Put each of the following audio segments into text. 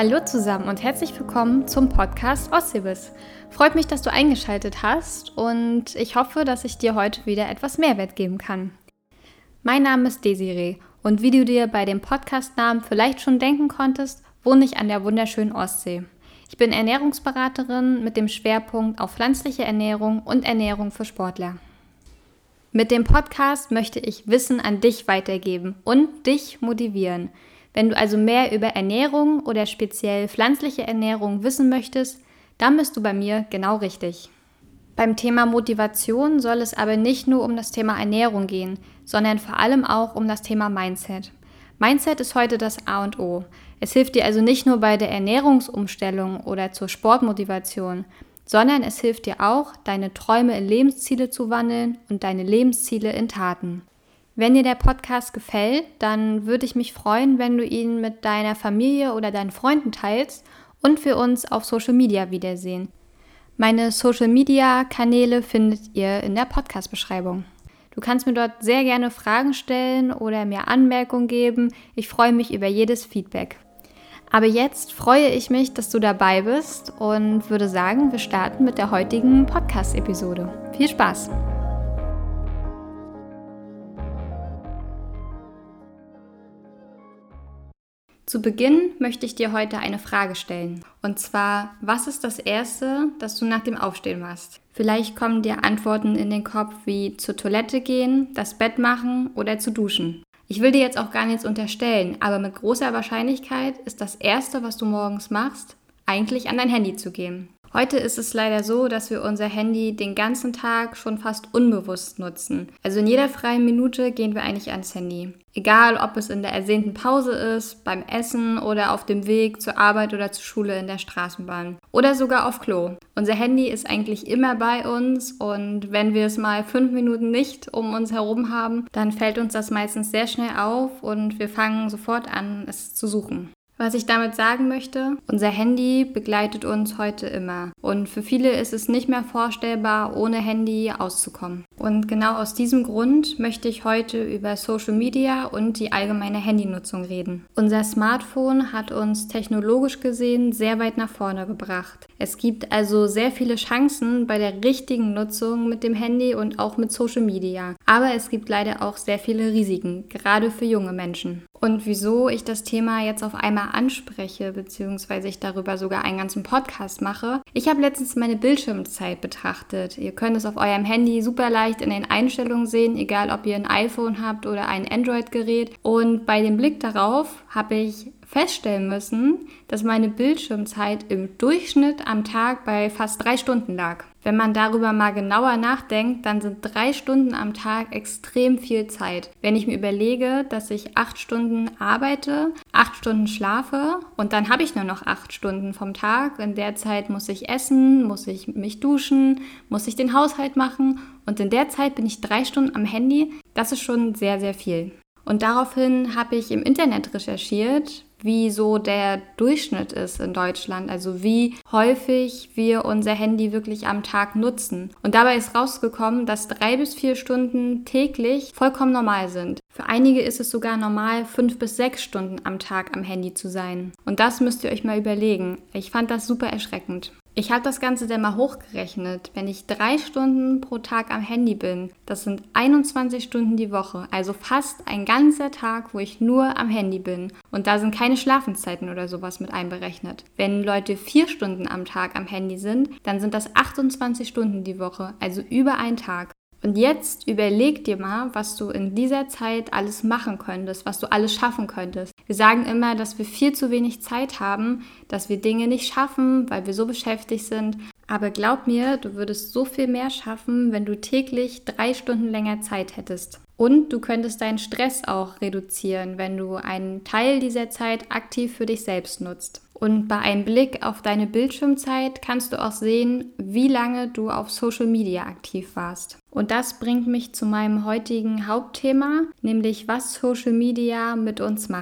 Hallo zusammen und herzlich willkommen zum Podcast Ostseebiss. Freut mich, dass du eingeschaltet hast und ich hoffe, dass ich dir heute wieder etwas Mehrwert geben kann. Mein Name ist Desiree und wie du dir bei dem Podcastnamen vielleicht schon denken konntest, wohne ich an der wunderschönen Ostsee. Ich bin Ernährungsberaterin mit dem Schwerpunkt auf pflanzliche Ernährung und Ernährung für Sportler. Mit dem Podcast möchte ich Wissen an dich weitergeben und dich motivieren. Wenn du also mehr über Ernährung oder speziell pflanzliche Ernährung wissen möchtest, dann bist du bei mir genau richtig. Beim Thema Motivation soll es aber nicht nur um das Thema Ernährung gehen, sondern vor allem auch um das Thema Mindset. Mindset ist heute das A und O. Es hilft dir also nicht nur bei der Ernährungsumstellung oder zur Sportmotivation, sondern es hilft dir auch, deine Träume in Lebensziele zu wandeln und deine Lebensziele in Taten. Wenn dir der Podcast gefällt, dann würde ich mich freuen, wenn du ihn mit deiner Familie oder deinen Freunden teilst und wir uns auf Social Media wiedersehen. Meine Social Media Kanäle findet ihr in der Podcast-Beschreibung. Du kannst mir dort sehr gerne Fragen stellen oder mir Anmerkungen geben. Ich freue mich über jedes Feedback. Aber jetzt freue ich mich, dass du dabei bist und würde sagen, wir starten mit der heutigen Podcast-Episode. Viel Spaß! Zu Beginn möchte ich dir heute eine Frage stellen. Und zwar, was ist das Erste, das du nach dem Aufstehen machst? Vielleicht kommen dir Antworten in den Kopf wie zur Toilette gehen, das Bett machen oder zu duschen. Ich will dir jetzt auch gar nichts unterstellen, aber mit großer Wahrscheinlichkeit ist das Erste, was du morgens machst, eigentlich an dein Handy zu gehen. Heute ist es leider so, dass wir unser Handy den ganzen Tag schon fast unbewusst nutzen. Also in jeder freien Minute gehen wir eigentlich ans Handy. Egal, ob es in der ersehnten Pause ist, beim Essen oder auf dem Weg zur Arbeit oder zur Schule in der Straßenbahn. Oder sogar auf Klo. Unser Handy ist eigentlich immer bei uns und wenn wir es mal 5 Minuten nicht um uns herum haben, dann fällt uns das meistens sehr schnell auf und wir fangen sofort an, es zu suchen. Was ich damit sagen möchte, unser Handy begleitet uns heute immer. Und für viele ist es nicht mehr vorstellbar, ohne Handy auszukommen. Und genau aus diesem Grund möchte ich heute über Social Media und die allgemeine Handynutzung reden. Unser Smartphone hat uns technologisch gesehen sehr weit nach vorne gebracht. Es gibt also sehr viele Chancen bei der richtigen Nutzung mit dem Handy und auch mit Social Media. Aber es gibt leider auch sehr viele Risiken, gerade für junge Menschen. Und wieso ich das Thema jetzt auf einmal anspreche, beziehungsweise ich darüber sogar einen ganzen Podcast mache. Ich habe letztens meine Bildschirmzeit betrachtet. Ihr könnt es auf eurem Handy super leicht in den Einstellungen sehen, egal ob ihr ein iPhone habt oder ein Android-Gerät. Und bei dem Blick darauf habe ich feststellen müssen, dass meine Bildschirmzeit im Durchschnitt am Tag bei fast 3 Stunden lag. Wenn man darüber mal genauer nachdenkt, dann sind 3 Stunden am Tag extrem viel Zeit. Wenn ich mir überlege, dass ich 8 Stunden arbeite, 8 Stunden schlafe und dann habe ich nur noch 8 Stunden vom Tag. In der Zeit muss ich essen, muss ich mich duschen, muss ich den Haushalt machen und in der Zeit bin ich 3 Stunden am Handy. Das ist schon sehr, sehr viel. Und daraufhin habe ich im Internet recherchiert, wie so der Durchschnitt ist in Deutschland, also wie häufig wir unser Handy wirklich am Tag nutzen. Und dabei ist rausgekommen, dass 3 bis 4 Stunden täglich vollkommen normal sind. Für einige ist es sogar normal, 5 bis 6 Stunden am Tag am Handy zu sein. Und das müsst ihr euch mal überlegen. Ich fand das super erschreckend. Ich habe das Ganze dann mal hochgerechnet. Wenn ich 3 Stunden pro Tag am Handy bin, das sind 21 Stunden die Woche, also fast ein ganzer Tag, wo ich nur am Handy bin. Und da sind keine Schlafenszeiten oder sowas mit einberechnet. Wenn Leute 4 Stunden am Tag am Handy sind, dann sind das 28 Stunden die Woche, also über einen Tag. Und jetzt überleg dir mal, was du in dieser Zeit alles machen könntest, was du alles schaffen könntest. Wir sagen immer, dass wir viel zu wenig Zeit haben, dass wir Dinge nicht schaffen, weil wir so beschäftigt sind. Aber glaub mir, du würdest so viel mehr schaffen, wenn du täglich 3 Stunden länger Zeit hättest. Und du könntest deinen Stress auch reduzieren, wenn du einen Teil dieser Zeit aktiv für dich selbst nutzt. Und bei einem Blick auf deine Bildschirmzeit kannst du auch sehen, wie lange du auf Social Media aktiv warst. Und das bringt mich zu meinem heutigen Hauptthema, nämlich was Social Media mit uns macht.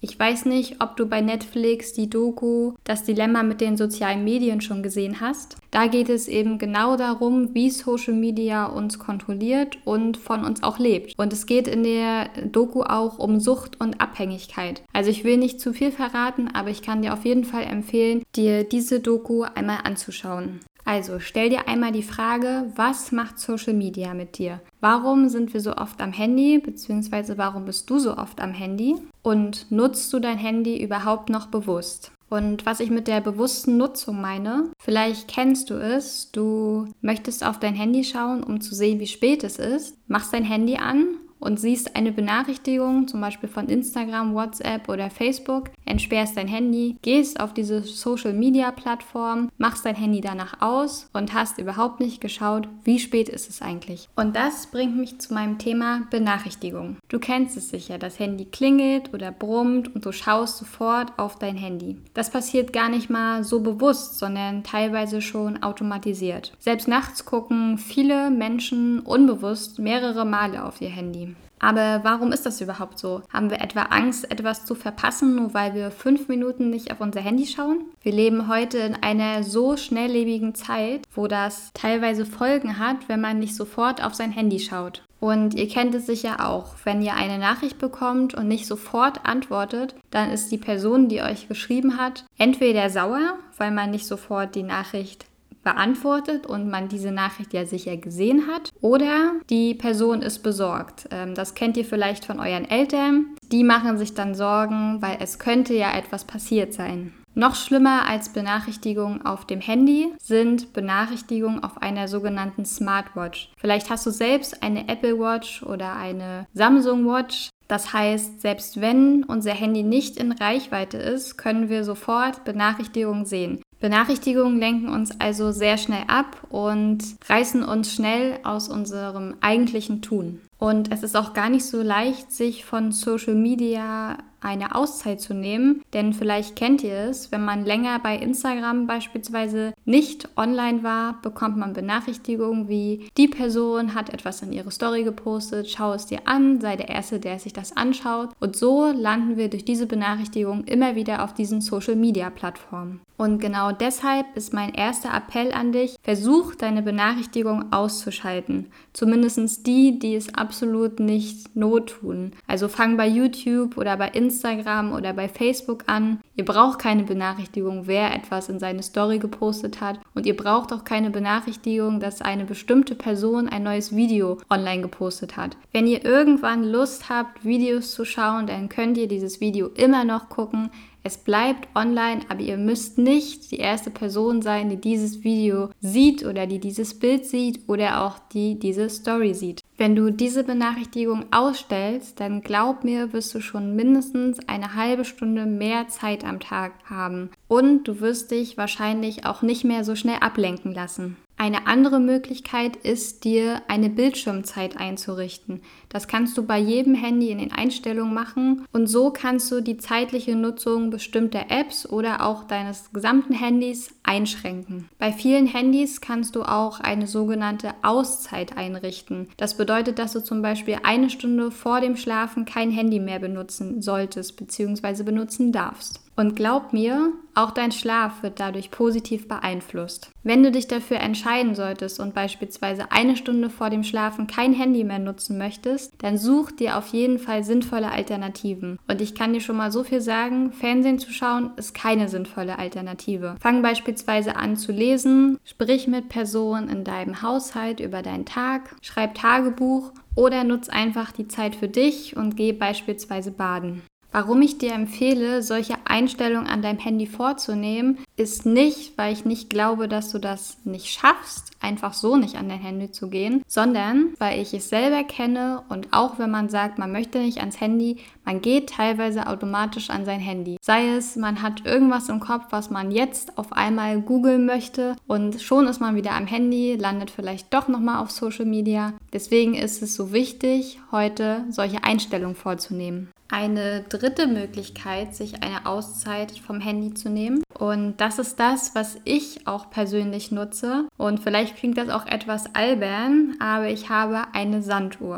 Ich weiß nicht, ob du bei Netflix die Doku Das Dilemma mit den sozialen Medien schon gesehen hast. Da geht es eben genau darum, wie Social Media uns kontrolliert und von uns auch lebt. Und es geht in der Doku auch um Sucht und Abhängigkeit. Also ich will nicht zu viel verraten, aber ich kann dir auf jeden Fall empfehlen, dir diese Doku einmal anzuschauen. Also stell dir einmal die Frage, was macht Social Media mit dir? Warum sind wir so oft am Handy, beziehungsweise warum bist du so oft am Handy? Und nutzt du dein Handy überhaupt noch bewusst? Und was ich mit der bewussten Nutzung meine, vielleicht kennst du es, du möchtest auf dein Handy schauen, um zu sehen, wie spät es ist, machst dein Handy an und siehst eine Benachrichtigung, zum Beispiel von Instagram, WhatsApp oder Facebook, entsperrst dein Handy, gehst auf diese Social-Media-Plattform, machst dein Handy danach aus und hast überhaupt nicht geschaut, wie spät ist es eigentlich. Und das bringt mich zu meinem Thema Benachrichtigung. Du kennst es sicher, das Handy klingelt oder brummt und du schaust sofort auf dein Handy. Das passiert gar nicht mal so bewusst, sondern teilweise schon automatisiert. Selbst nachts gucken viele Menschen unbewusst mehrere Male auf ihr Handy. Aber warum ist das überhaupt so? Haben wir etwa Angst, etwas zu verpassen, nur weil wir 5 Minuten nicht auf unser Handy schauen? Wir leben heute in einer so schnelllebigen Zeit, wo das teilweise Folgen hat, wenn man nicht sofort auf sein Handy schaut. Und ihr kennt es sicher auch, wenn ihr eine Nachricht bekommt und nicht sofort antwortet, dann ist die Person, die euch geschrieben hat, entweder sauer, weil man nicht sofort die Nachricht beantwortet und man diese Nachricht ja sicher gesehen hat, oder die Person ist besorgt. Das kennt ihr vielleicht von euren Eltern. Die machen sich dann Sorgen, weil es könnte ja etwas passiert sein. Noch schlimmer als Benachrichtigungen auf dem Handy sind Benachrichtigungen auf einer sogenannten Smartwatch. Vielleicht hast du selbst eine Apple Watch oder eine Samsung Watch. Das heißt, selbst wenn unser Handy nicht in Reichweite ist, können wir sofort Benachrichtigungen sehen. Benachrichtigungen lenken uns also sehr schnell ab und reißen uns schnell aus unserem eigentlichen Tun. Und es ist auch gar nicht so leicht, sich von Social Media eine Auszeit zu nehmen, denn vielleicht kennt ihr es, wenn man länger bei Instagram beispielsweise nicht online war, bekommt man Benachrichtigungen wie, die Person hat etwas in ihre Story gepostet, schau es dir an, sei der Erste, der sich das anschaut. Und so landen wir durch diese Benachrichtigungen immer wieder auf diesen Social-Media-Plattformen. Und genau deshalb ist mein erster Appell an dich, versuch deine Benachrichtigung auszuschalten. Zumindest die es absolut nicht not tun. Also fang bei YouTube oder bei Instagram oder bei Facebook an. Ihr braucht keine Benachrichtigung, wer etwas in seine Story gepostet hat. Und ihr braucht auch keine Benachrichtigung, dass eine bestimmte Person ein neues Video online gepostet hat. Wenn ihr irgendwann Lust habt, Videos zu schauen, dann könnt ihr dieses Video immer noch gucken. Es bleibt online, aber ihr müsst nicht die erste Person sein, die dieses Video sieht oder die dieses Bild sieht oder auch die diese Story sieht. Wenn du diese Benachrichtigung ausstellst, dann glaub mir, wirst du schon mindestens eine halbe Stunde mehr Zeit am Tag haben. Und du wirst dich wahrscheinlich auch nicht mehr so schnell ablenken lassen. Eine andere Möglichkeit ist, dir eine Bildschirmzeit einzurichten. Das kannst du bei jedem Handy in den Einstellungen machen und so kannst du die zeitliche Nutzung bestimmter Apps oder auch deines gesamten Handys einschränken. Bei vielen Handys kannst du auch eine sogenannte Auszeit einrichten. Das bedeutet, dass du zum Beispiel 1 Stunde vor dem Schlafen kein Handy mehr benutzen solltest bzw. benutzen darfst. Und glaub mir, auch dein Schlaf wird dadurch positiv beeinflusst. Wenn du dich dafür entscheiden solltest und beispielsweise 1 Stunde vor dem Schlafen kein Handy mehr nutzen möchtest, dann such dir auf jeden Fall sinnvolle Alternativen. Und ich kann dir schon mal so viel sagen, Fernsehen zu schauen ist keine sinnvolle Alternative. Fang beispielsweise an zu lesen, sprich mit Personen in deinem Haushalt über deinen Tag, schreib Tagebuch oder nutz einfach die Zeit für dich und geh beispielsweise baden. Warum ich dir empfehle, solche Einstellungen an deinem Handy vorzunehmen, ist nicht, weil ich nicht glaube, dass du das nicht schaffst, einfach so nicht an dein Handy zu gehen, sondern weil ich es selber kenne und auch wenn man sagt, man möchte nicht ans Handy, man geht teilweise automatisch an sein Handy. Sei es, man hat irgendwas im Kopf, was man jetzt auf einmal googeln möchte und schon ist man wieder am Handy, landet vielleicht doch nochmal auf Social Media. Deswegen ist es so wichtig, heute solche Einstellungen vorzunehmen. Eine dritte Möglichkeit, sich eine Auszeit vom Handy zu nehmen. Und das ist das, was ich auch persönlich nutze. Und vielleicht klingt das auch etwas albern, aber ich habe eine Sanduhr.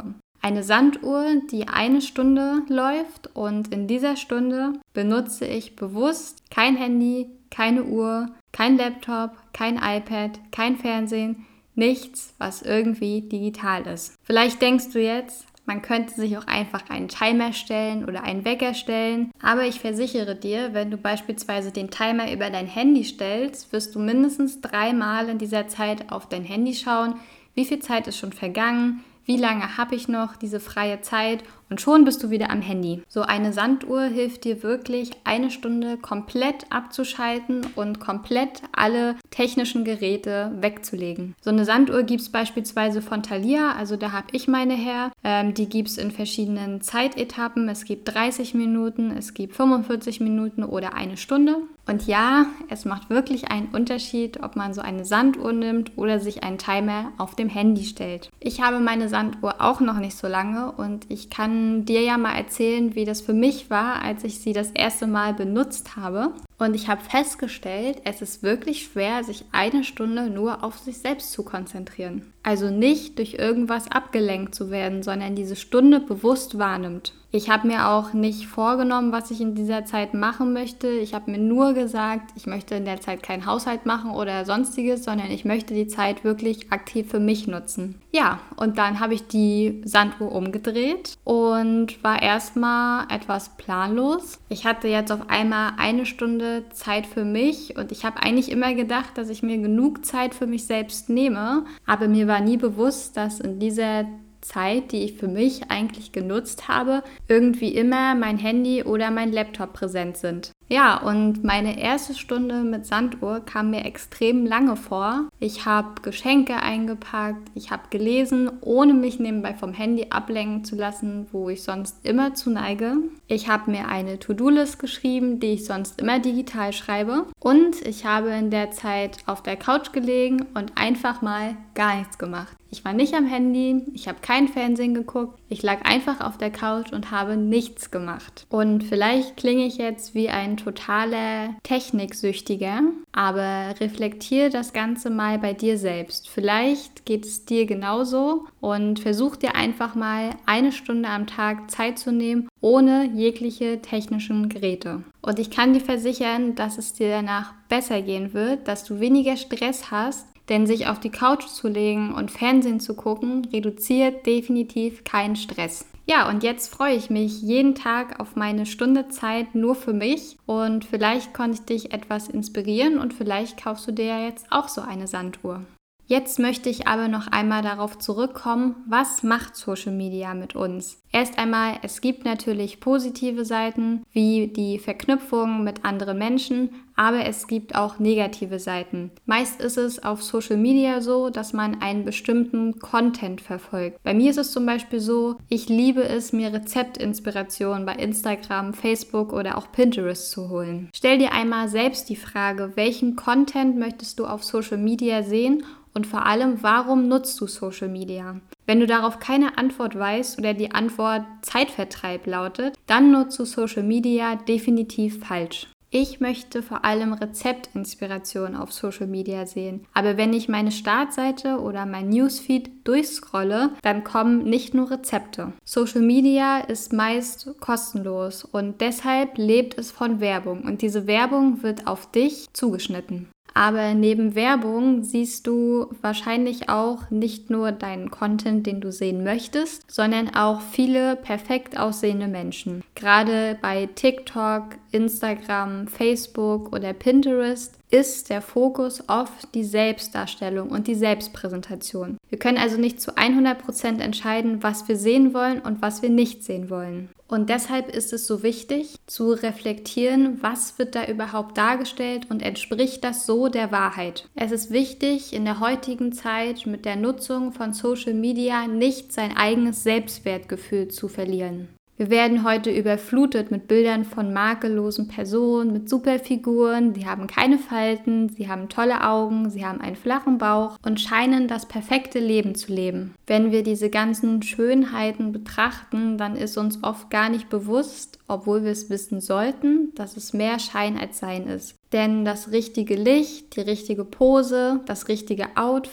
Eine Sanduhr, die 1 Stunde läuft, und in dieser Stunde benutze ich bewusst kein Handy, keine Uhr, kein Laptop, kein iPad, kein Fernsehen, nichts, was irgendwie digital ist. Vielleicht denkst du jetzt, man könnte sich auch einfach einen Timer stellen oder einen Wecker stellen. Aber ich versichere dir, wenn du beispielsweise den Timer über dein Handy stellst, wirst du mindestens 3-mal in dieser Zeit auf dein Handy schauen, wie viel Zeit ist schon vergangen, wie lange habe ich noch diese freie Zeit, und schon bist du wieder am Handy. So eine Sanduhr hilft dir wirklich, 1 Stunde komplett abzuschalten und komplett alle technischen Geräte wegzulegen. So eine Sanduhr gibt es beispielsweise von Thalia, also da habe ich meine her. Die gibt es in verschiedenen Zeitetappen. Es gibt 30 Minuten, es gibt 45 Minuten oder 1 Stunde. Und ja, es macht wirklich einen Unterschied, ob man so eine Sanduhr nimmt oder sich einen Timer auf dem Handy stellt. Ich habe meine Sanduhr auch noch nicht so lange und ich kann dir ja mal erzählen, wie das für mich war, als ich sie das erste Mal benutzt habe. Und ich habe festgestellt, es ist wirklich schwer, sich 1 Stunde nur auf sich selbst zu konzentrieren. Also nicht durch irgendwas abgelenkt zu werden, sondern diese Stunde bewusst wahrnimmt. Ich habe mir auch nicht vorgenommen, was ich in dieser Zeit machen möchte. Ich habe mir nur gesagt, ich möchte in der Zeit keinen Haushalt machen oder sonstiges, sondern ich möchte die Zeit wirklich aktiv für mich nutzen. Ja, und dann habe ich die Sanduhr umgedreht und war erstmal etwas planlos. Ich hatte jetzt auf einmal 1 Stunde Zeit für mich und ich habe eigentlich immer gedacht, dass ich mir genug Zeit für mich selbst nehme, aber mir war nie bewusst, dass in dieser Zeit, die ich für mich eigentlich genutzt habe, irgendwie immer mein Handy oder mein Laptop präsent sind. Ja, und meine erste Stunde mit Sanduhr kam mir extrem lange vor. Ich habe Geschenke eingepackt, ich habe gelesen, ohne mich nebenbei vom Handy ablenken zu lassen, wo ich sonst immer zu neige. Ich habe mir eine To-Do-List geschrieben, die ich sonst immer digital schreibe. Und ich habe in der Zeit auf der Couch gelegen und einfach mal gar nichts gemacht. Ich war nicht am Handy, ich habe kein Fernsehen geguckt, ich lag einfach auf der Couch und habe nichts gemacht. Und vielleicht klinge ich jetzt wie ein totaler Techniksüchtiger, aber reflektiere das Ganze mal bei dir selbst. Vielleicht geht es dir genauso und versuch dir einfach mal 1 Stunde am Tag Zeit zu nehmen, ohne jegliche technischen Geräte. Und ich kann dir versichern, dass es dir danach besser gehen wird, dass du weniger Stress hast, denn sich auf die Couch zu legen und Fernsehen zu gucken, reduziert definitiv keinen Stress. Ja, und jetzt freue ich mich jeden Tag auf meine Stunde Zeit nur für mich und vielleicht konnte ich dich etwas inspirieren und vielleicht kaufst du dir ja jetzt auch so eine Sanduhr. Jetzt möchte ich aber noch einmal darauf zurückkommen, was macht Social Media mit uns? Erst einmal, es gibt natürlich positive Seiten, wie die Verknüpfung mit anderen Menschen, aber es gibt auch negative Seiten. Meist ist es auf Social Media so, dass man einen bestimmten Content verfolgt. Bei mir ist es zum Beispiel so, ich liebe es, mir Rezeptinspirationen bei Instagram, Facebook oder auch Pinterest zu holen. Stell dir einmal selbst die Frage, welchen Content möchtest du auf Social Media sehen? Und vor allem, warum nutzt du Social Media? Wenn du darauf keine Antwort weißt oder die Antwort Zeitvertreib lautet, dann nutzt du Social Media definitiv falsch. Ich möchte vor allem Rezeptinspiration auf Social Media sehen. Aber wenn ich meine Startseite oder mein Newsfeed durchscrolle, dann kommen nicht nur Rezepte. Social Media ist meist kostenlos und deshalb lebt es von Werbung. Und diese Werbung wird auf dich zugeschnitten. Aber neben Werbung siehst du wahrscheinlich auch nicht nur deinen Content, den du sehen möchtest, sondern auch viele perfekt aussehende Menschen. Gerade bei TikTok, Instagram, Facebook oder Pinterest ist der Fokus oft die Selbstdarstellung und die Selbstpräsentation. Wir können also nicht zu 100% entscheiden, was wir sehen wollen und was wir nicht sehen wollen. Und deshalb ist es so wichtig, zu reflektieren, was wird da überhaupt dargestellt und entspricht das so der Wahrheit. Es ist wichtig, in der heutigen Zeit mit der Nutzung von Social Media nicht sein eigenes Selbstwertgefühl zu verlieren. Wir werden heute überflutet mit Bildern von makellosen Personen, mit Superfiguren, die haben keine Falten, sie haben tolle Augen, sie haben einen flachen Bauch und scheinen das perfekte Leben zu leben. Wenn wir diese ganzen Schönheiten betrachten, dann ist uns oft gar nicht bewusst, obwohl wir es wissen sollten, dass es mehr Schein als Sein ist. Denn das richtige Licht, die richtige Pose, das richtige Outfit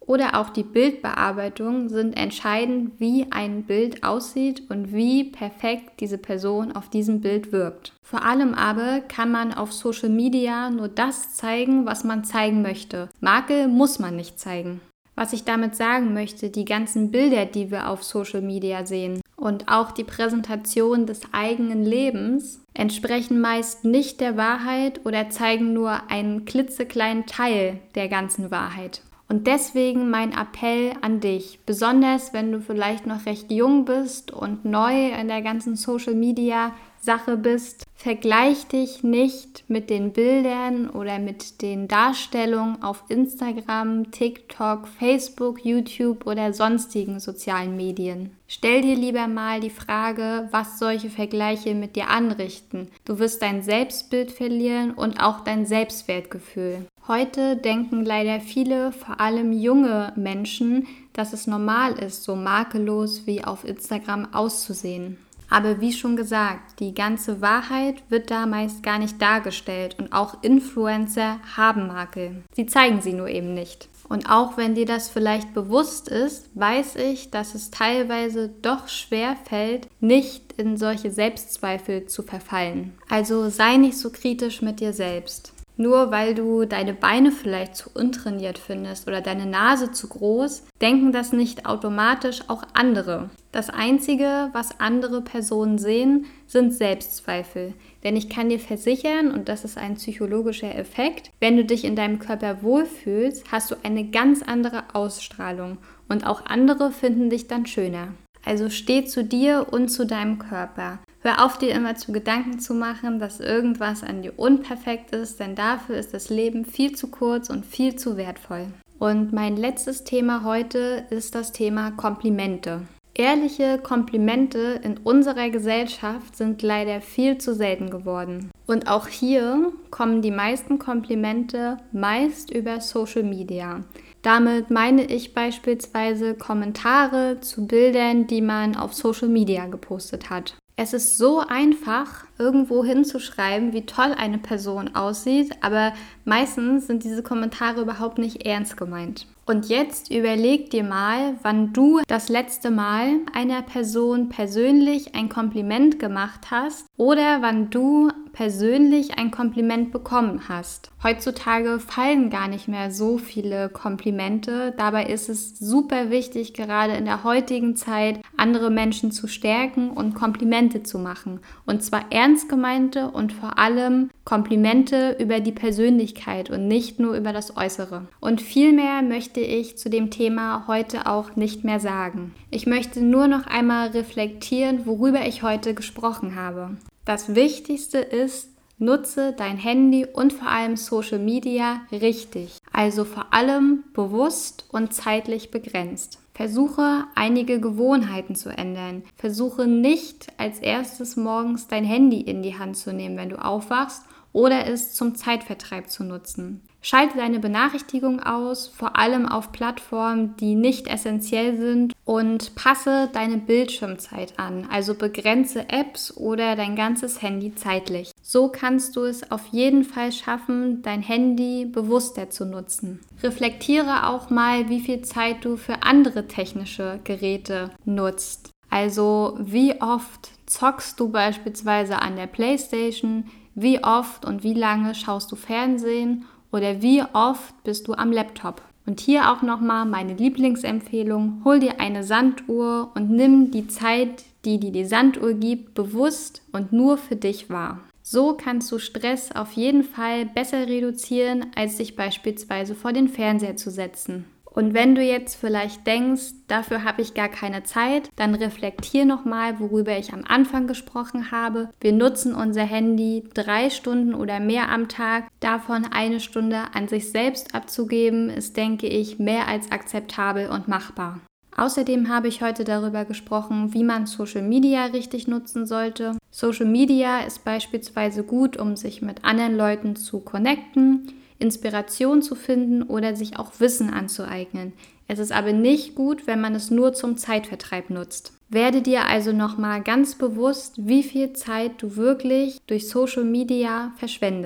oder auch die Bildbearbeitung sind entscheidend, wie ein Bild aussieht und wie perfekt diese Person auf diesem Bild wirkt. Vor allem aber kann man auf Social Media nur das zeigen, was man zeigen möchte. Makel muss man nicht zeigen. Was ich damit sagen möchte, die ganzen Bilder, die wir auf Social Media sehen und auch die Präsentation des eigenen Lebens entsprechen meist nicht der Wahrheit oder zeigen nur einen klitzekleinen Teil der ganzen Wahrheit. Und deswegen mein Appell an dich, besonders wenn du vielleicht noch recht jung bist und neu in der ganzen Social Media Sache bist, vergleich dich nicht mit den Bildern oder mit den Darstellungen auf Instagram, TikTok, Facebook, YouTube oder sonstigen sozialen Medien. Stell dir lieber mal die Frage, was solche Vergleiche mit dir anrichten. Du wirst dein Selbstbild verlieren und auch dein Selbstwertgefühl. Heute denken leider viele, vor allem junge Menschen, dass es normal ist, so makellos wie auf Instagram auszusehen. Aber wie schon gesagt, die ganze Wahrheit wird da meist gar nicht dargestellt und auch Influencer haben Makel. Sie zeigen sie nur eben nicht. Und auch wenn dir das vielleicht bewusst ist, weiß ich, dass es teilweise doch schwer fällt, nicht in solche Selbstzweifel zu verfallen. Also sei nicht so kritisch mit dir selbst. Nur weil du deine Beine vielleicht zu untrainiert findest oder deine Nase zu groß, denken das nicht automatisch auch andere. Das Einzige, was andere Personen sehen, sind Selbstzweifel. Denn ich kann dir versichern, und das ist ein psychologischer Effekt, wenn du dich in deinem Körper wohlfühlst, hast du eine ganz andere Ausstrahlung und auch andere finden dich dann schöner. Also steh zu dir und zu deinem Körper. Hör auf, dir immer zu Gedanken zu machen, dass irgendwas an dir unperfekt ist, denn dafür ist das Leben viel zu kurz und viel zu wertvoll. Und mein letztes Thema heute ist das Thema Komplimente. Ehrliche Komplimente in unserer Gesellschaft sind leider viel zu selten geworden. Und auch hier kommen die meisten Komplimente meist über Social Media. Damit meine ich beispielsweise Kommentare zu Bildern, die man auf Social Media gepostet hat. Es ist so einfach, irgendwo hinzuschreiben, wie toll eine Person aussieht, aber meistens sind diese Kommentare überhaupt nicht ernst gemeint. Und jetzt überleg dir mal, wann du das letzte Mal einer Person persönlich ein Kompliment gemacht hast oder wann du persönlich ein Kompliment bekommen hast. Heutzutage fallen gar nicht mehr so viele Komplimente. Dabei ist es super wichtig, gerade in der heutigen Zeit andere Menschen zu stärken und Komplimente zu machen. Und zwar ernst gemeinte und vor allem Komplimente über die Persönlichkeit und nicht nur über das Äußere. Und viel mehr möchte ich zu dem Thema heute auch nicht mehr sagen. Ich möchte nur noch einmal reflektieren, worüber ich heute gesprochen habe. Das Wichtigste ist, nutze dein Handy und vor allem Social Media richtig, also vor allem bewusst und zeitlich begrenzt. Versuche, einige Gewohnheiten zu ändern. Versuche nicht als erstes morgens dein Handy in die Hand zu nehmen, wenn du aufwachst, oder es zum Zeitvertreib zu nutzen. Schalte deine Benachrichtigungen aus, vor allem auf Plattformen, die nicht essentiell sind, und passe deine Bildschirmzeit an, also begrenze Apps oder dein ganzes Handy zeitlich. So kannst du es auf jeden Fall schaffen, dein Handy bewusster zu nutzen. Reflektiere auch mal, wie viel Zeit du für andere technische Geräte nutzt. Also wie oft zockst du beispielsweise an der PlayStation, wie oft und wie lange schaust du Fernsehen oder wie oft bist du am Laptop. Und hier auch nochmal meine Lieblingsempfehlung: Hol dir eine Sanduhr und nimm die Zeit, die dir die Sanduhr gibt, bewusst und nur für dich wahr. So kannst du Stress auf jeden Fall besser reduzieren, als dich beispielsweise vor den Fernseher zu setzen. Und wenn du jetzt vielleicht denkst, dafür habe ich gar keine Zeit, dann reflektier nochmal, worüber ich am Anfang gesprochen habe. Wir nutzen unser Handy 3 Stunden oder mehr am Tag. Davon 1 Stunde an sich selbst abzugeben, ist, denke ich, mehr als akzeptabel und machbar. Außerdem habe ich heute darüber gesprochen, wie man Social Media richtig nutzen sollte. Social Media ist beispielsweise gut, um sich mit anderen Leuten zu connecten, Inspiration zu finden oder sich auch Wissen anzueignen. Es ist aber nicht gut, wenn man es nur zum Zeitvertreib nutzt. Werde dir also nochmal ganz bewusst, wie viel Zeit du wirklich durch Social Media verschwendest.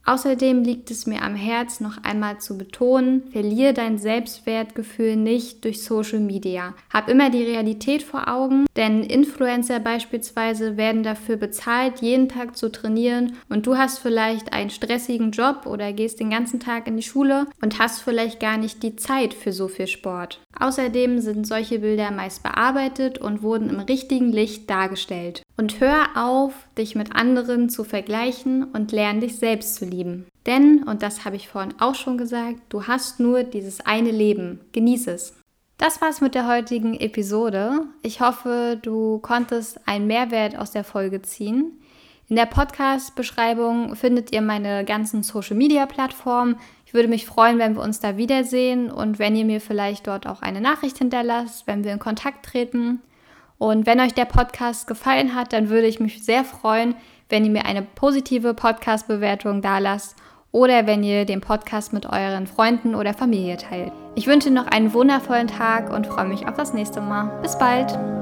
Außerdem liegt es mir am Herzen, noch einmal zu betonen, verliere dein Selbstwertgefühl nicht durch Social Media. Hab immer die Realität vor Augen, denn Influencer beispielsweise werden dafür bezahlt, jeden Tag zu trainieren und du hast vielleicht einen stressigen Job oder gehst den ganzen Tag in die Schule und hast vielleicht gar nicht die Zeit für so viel Sport. Außerdem sind solche Bilder meist bearbeitet und wurden im richtigen Licht dargestellt. Und hör auf, dich mit anderen zu vergleichen und lerne dich selbst zu lieben. Denn, und das habe ich vorhin auch schon gesagt, du hast nur dieses eine Leben. Genieß es. Das war's mit der heutigen Episode. Ich hoffe, du konntest einen Mehrwert aus der Folge ziehen. In der Podcast-Beschreibung findet ihr meine ganzen Social-Media-Plattformen. Ich würde mich freuen, wenn wir uns da wiedersehen und wenn ihr mir vielleicht dort auch eine Nachricht hinterlasst, wenn wir in Kontakt treten. Und wenn euch der Podcast gefallen hat, dann würde ich mich sehr freuen, wenn ihr mir eine positive Podcast-Bewertung dalasst oder wenn ihr den Podcast mit euren Freunden oder Familie teilt. Ich wünsche noch einen wundervollen Tag und freue mich auf das nächste Mal. Bis bald!